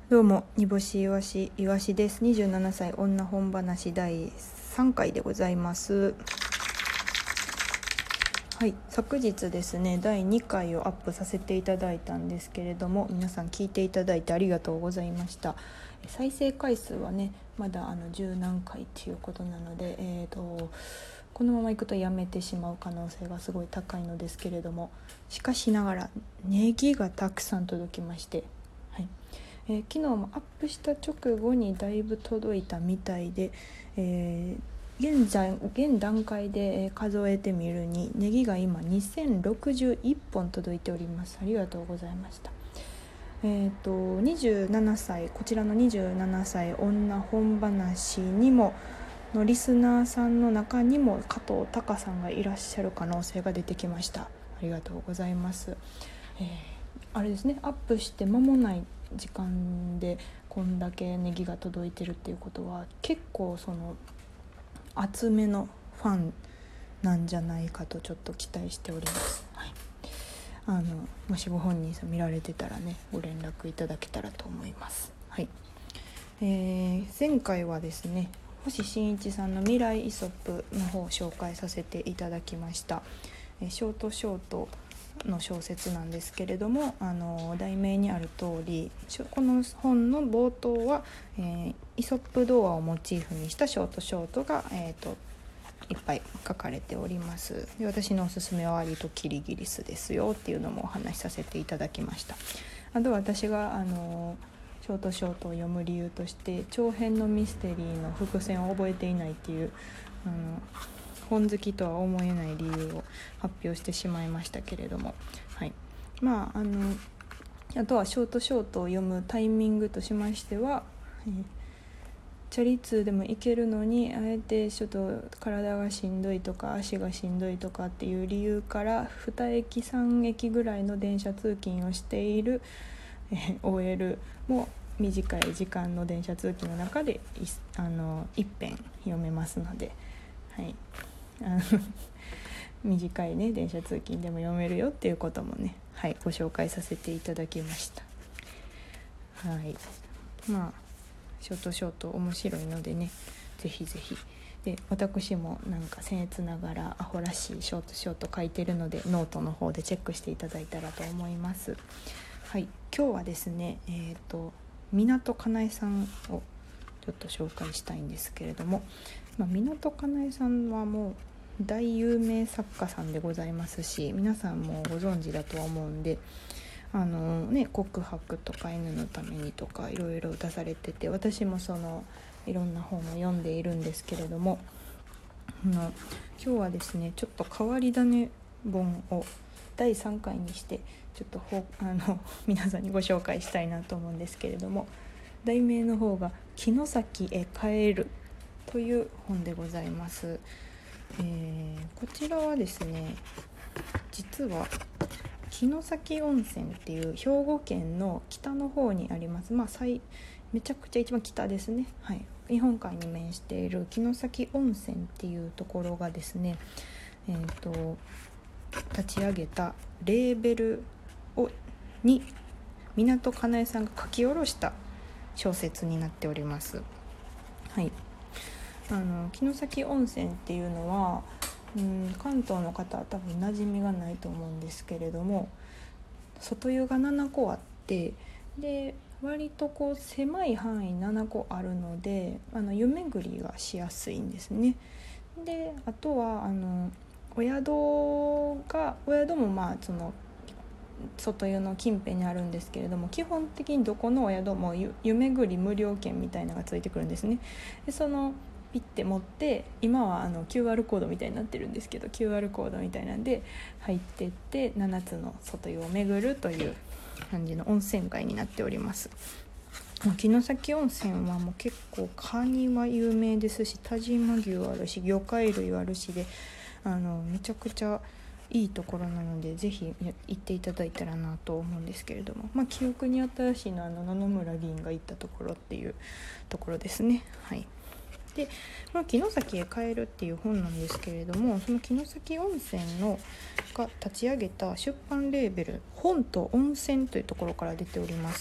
どうも、煮干しいわしです。27歳女本話第3回でございます。はい、昨日ですね、第2回をアップさせていただいたんですけれども、皆さん聞いていただいてありがとうございました。再生回数はね、まだ10何回っていうことなので、このままいくとやめてしまう可能性がすごい高いのですけれども、しかしながらネギがたくさん届きまして、はい、昨日もアップした直後にだいぶ届いたみたいで、現段階で数えてみるにネギが今2061本届いております。ありがとうございました。27歳こちらの27歳女本話にものリスナーさんの中にも加藤隆さんがいらっしゃる可能性が出てきました。ありがとうございます。あれですね、アップして間もない時間でこんだけネギが届いてるっていうことは結構その厚めのファンなんじゃないかとちょっと期待しております。はい、もしご本人さん見られてたらね、ご連絡いただけたらと思います。はい、前回はですね、星新一さんの未来イソップの方を紹介させていただきました。ショートの小説なんですけれども、題名にある通りこの本の冒頭は、イソップ童話をモチーフにしたショートが、いっぱい書かれております。で、私のおすすめは割とキリギリスですよっていうのもお話しさせていただきました。あと私がショートを読む理由として長編のミステリーの伏線を覚えていないっていう本好きとは思えない理由を発表してしまいましたけれども、はい、あとはショートを読むタイミングとしましては、チャリ通でも行けるのにあえてちょっと体がしんどいとか足がしんどいとかっていう理由から2駅3駅ぐらいの電車通勤をしている、OL も短い時間の電車通勤の中で一編読めますので、はい、短いね電車通勤でも読めるよっていうこともね、はい、ご紹介させていただきました。はい、ショート面白いのでね、ぜひぜひ。で、私もなんか僭越ながらアホらしいショート書いてるので、ノートの方でチェックしていただいたらと思います。はい、今日はですね、湊かなえさんをちょっと紹介したいんですけれども、湊かなえさんはもう大有名作家さんでございますし、皆さんもご存知だとは思うんで、告白とか犬のためにとかいろいろ出されてて、私もそのいろんな本を読んでいるんですけれども、今日はですね、ちょっと変わり種本を第3回にしてちょっと皆さんにご紹介したいなと思うんですけれども、題名の方が城崎へ帰るという本でございます。こちらはですね、実は城崎温泉っていう兵庫県の北の方にあります、めちゃくちゃ一番北ですね、はい、日本海に面している城崎温泉っていうところがですね、立ち上げたレーベルに湊かなえさんが書き下ろした小説になっております。はい、城崎温泉っていうのは、関東の方は多分馴染みがないと思うんですけれども、外湯が7個あって、で割とこう狭い範囲7個あるので湯巡りがしやすいんですね。で、あとはお宿もその外湯の近辺にあるんですけれども、基本的にどこのお宿も湯巡り無料券みたいなのがついてくるんですね。で、そのピッて持って、今はQR コードみたいになってるんですけど、 QR コードみたいなんで入っていって7つの外湯を巡るという感じの温泉街になっております。城崎温泉はもう結構カニは有名ですし、但馬牛あるし、魚介類あるしでめちゃくちゃいいところなので、ぜひ行っていただいたらなと思うんですけれども、記憶に新しいのは野々村議員が行ったところっていうところですね。はい。で、城崎へ帰るっていう本なんですけれども、その城崎温泉が立ち上げた出版レーベル本と温泉というところから出ております。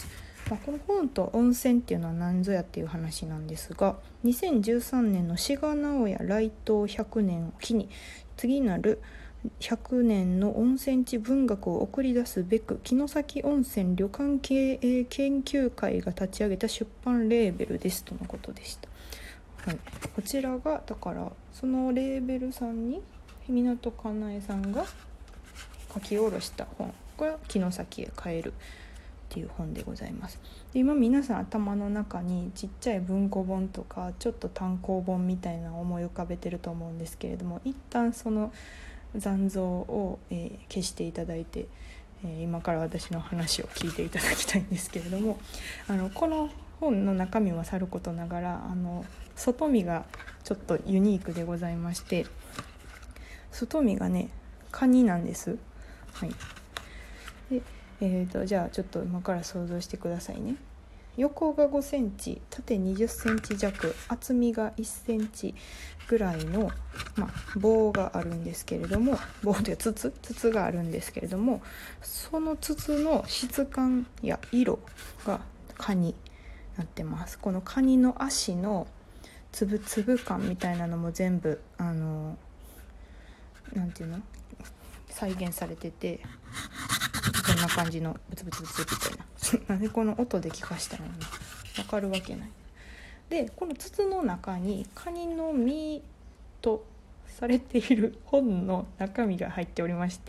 この本と温泉っていうのは何ぞやっていう話なんですが、2013年の志賀直哉来島100年を機に次なる100年の温泉地文学を送り出すべく城崎温泉旅館経営研究会が立ち上げた出版レーベルですとのことでした。はい、こちらがだからそのレーベルさんに湊かなえさんが書き下ろした本が城崎へ帰るっていう本でございます。で今皆さん頭の中にちっちゃい文庫本とかちょっと単行本みたいなのを思い浮かべてると思うんですけれども、一旦その残像を、消していただいて、今から私の話を聞いていただきたいんですけれども、この本の中身はさることながら外見がちょっとユニークでございまして、外見がねカニなんです。はい。でじゃあちょっと今から想像してくださいね。横が5センチ、縦20センチ弱、厚みが1センチぐらいの、棒があるんですけれども、棒というか筒があるんですけれども、その筒の質感や色がカニになってます。このカニの足のつぶつぶ感みたいなのも全部なんていうの再現されてて、こんな感じのブツブツブツみたいななんでこの音で聞かしたらいいの分かるわけない。でこの筒の中にカニの身とされている本の中身が入っておりまして、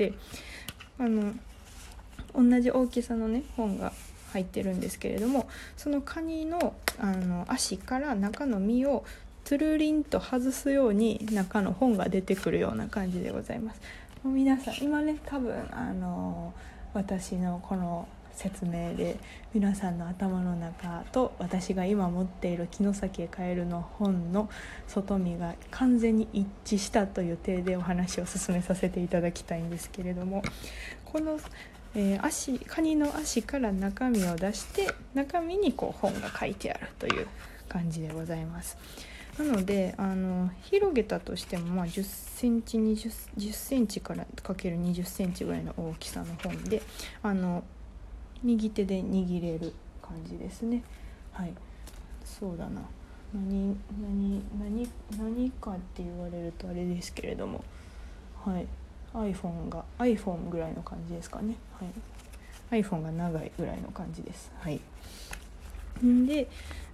同じ大きさのね本が入ってるんですけれども、そのカニの足から中の身をトゥルリンと外すように中の本が出てくるような感じでございます。もう皆さん今ね多分私のこの説明で皆さんの頭の中と私が今持っている城崎へ帰るの本の外見が完全に一致したという体でお話を進めさせていただきたいんですけれども、この、カニの足から中身を出して中身にこう本が書いてあるという感じでございます。なので広げたとしても10センチ10センチからかける20センチぐらいの大きさの本で右手で握れる感じですね。はい、そうだな、何かって言われるとあれですけれども、はい、iPhone ぐらいの感じですかね。はい、iPhone が長いぐらいの感じです。はい。で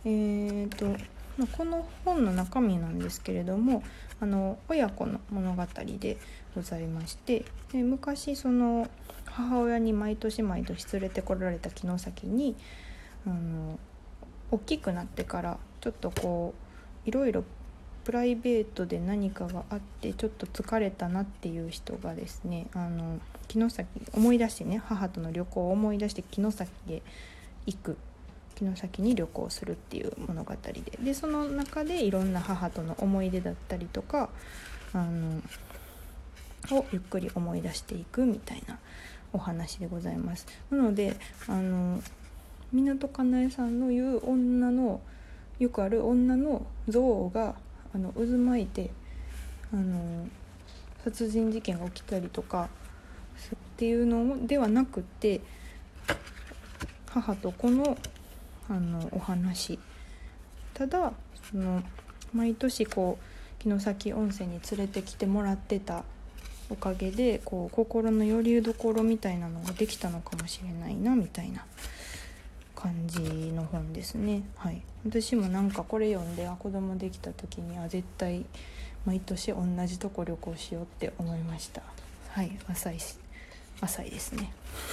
この本の中身なんですけれども、親子の物語でございまして、昔その母親に毎年連れてこられた城崎に大きくなってからちょっとこういろいろプライベートで何かがあってちょっと疲れたなっていう人がですね、城崎思い出してね、母との旅行を思い出して城崎へ行く、城崎に旅行するっていう物語で、その中でいろんな母との思い出だったりとかをゆっくり思い出していくみたいなお話でございます。なので湊かなえさんの言うよくある女の像が渦巻いて殺人事件が起きたりとかっていうのではなくて、母と子のお話。ただその毎年こう城崎温泉に連れてきてもらってたおかげでこう心の拠り所みたいなのができたのかもしれないなみたいな感じの本ですね。はい、私もなんかこれ読んで子供できた時に絶対毎年同じとこ旅行しようって思いました。はい、浅いですね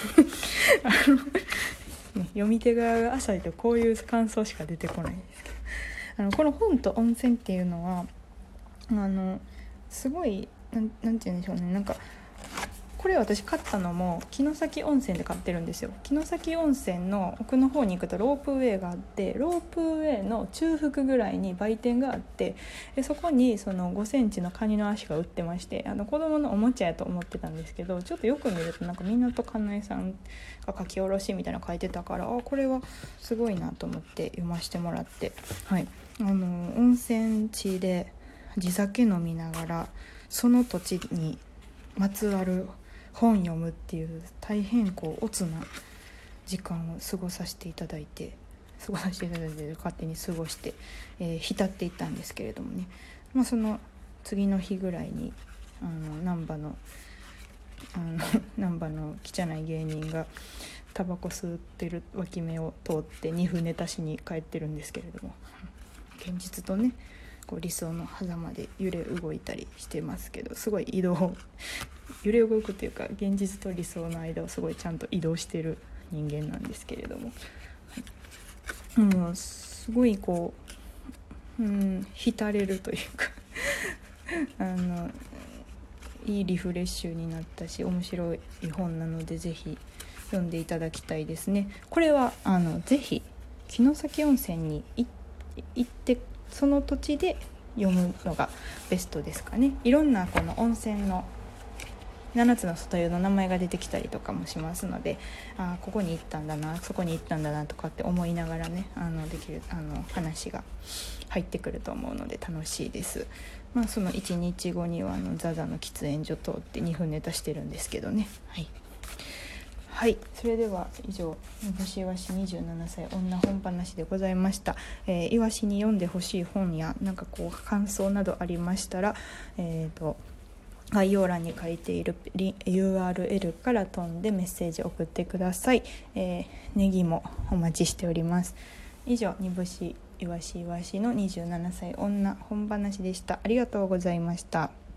読み手側が浅いとこういう感想しか出てこないんですけど、この本と温泉っていうのはすごいなんて言うんでしょうね、なんかこれ私買ったのも城崎温泉で買ってるんですよ。城崎温泉の奥の方に行くとロープウェイがあって、ロープウェイの中腹ぐらいに売店があって、そこにその5センチのカニの足が売ってまして、子供のおもちゃやと思ってたんですけど、ちょっとよく見るとなんか湊かなえさんが書き下ろしみたいなの書いてたから、これはすごいなと思って読ませてもらって、はい、温泉地で地酒飲みながらその土地にまつわる本読むっていう大変こうオツな時間を過ごさせていただいて勝手に過ごして、浸っていったんですけれどもね、その次の日ぐらいに難波の汚い芸人がタバコ吸ってる脇目を通って2分ネタしに帰ってるんですけれども、現実とねこう理想の狭間で揺れ動いたりしてますけど、すごい揺れ動くというか現実と理想の間をすごいちゃんと移動してる人間なんですけれども、もうすごいこう、浸れるというかいいリフレッシュになったし面白い本なのでぜひ読んでいただきたいですね。これはぜひ城崎温泉に行ってその土地で読むのがベストですかね。いろんなこの温泉の7つの外湯の名前が出てきたりとかもしますので、ここに行ったんだなそこに行ったんだなとかって思いながらねできる話が入ってくると思うので楽しいです。その1日後にはザザの喫煙所通って2分ネタしてるんですけどね。はい、それでは以上星いわし27歳女本話でございました。いわしに読んでほしい本や感想などありましたら、概要欄に書いているURL から飛んでメッセージ送ってください。ネギもお待ちしております。以上煮干しいわしの27歳女本話でした。ありがとうございました。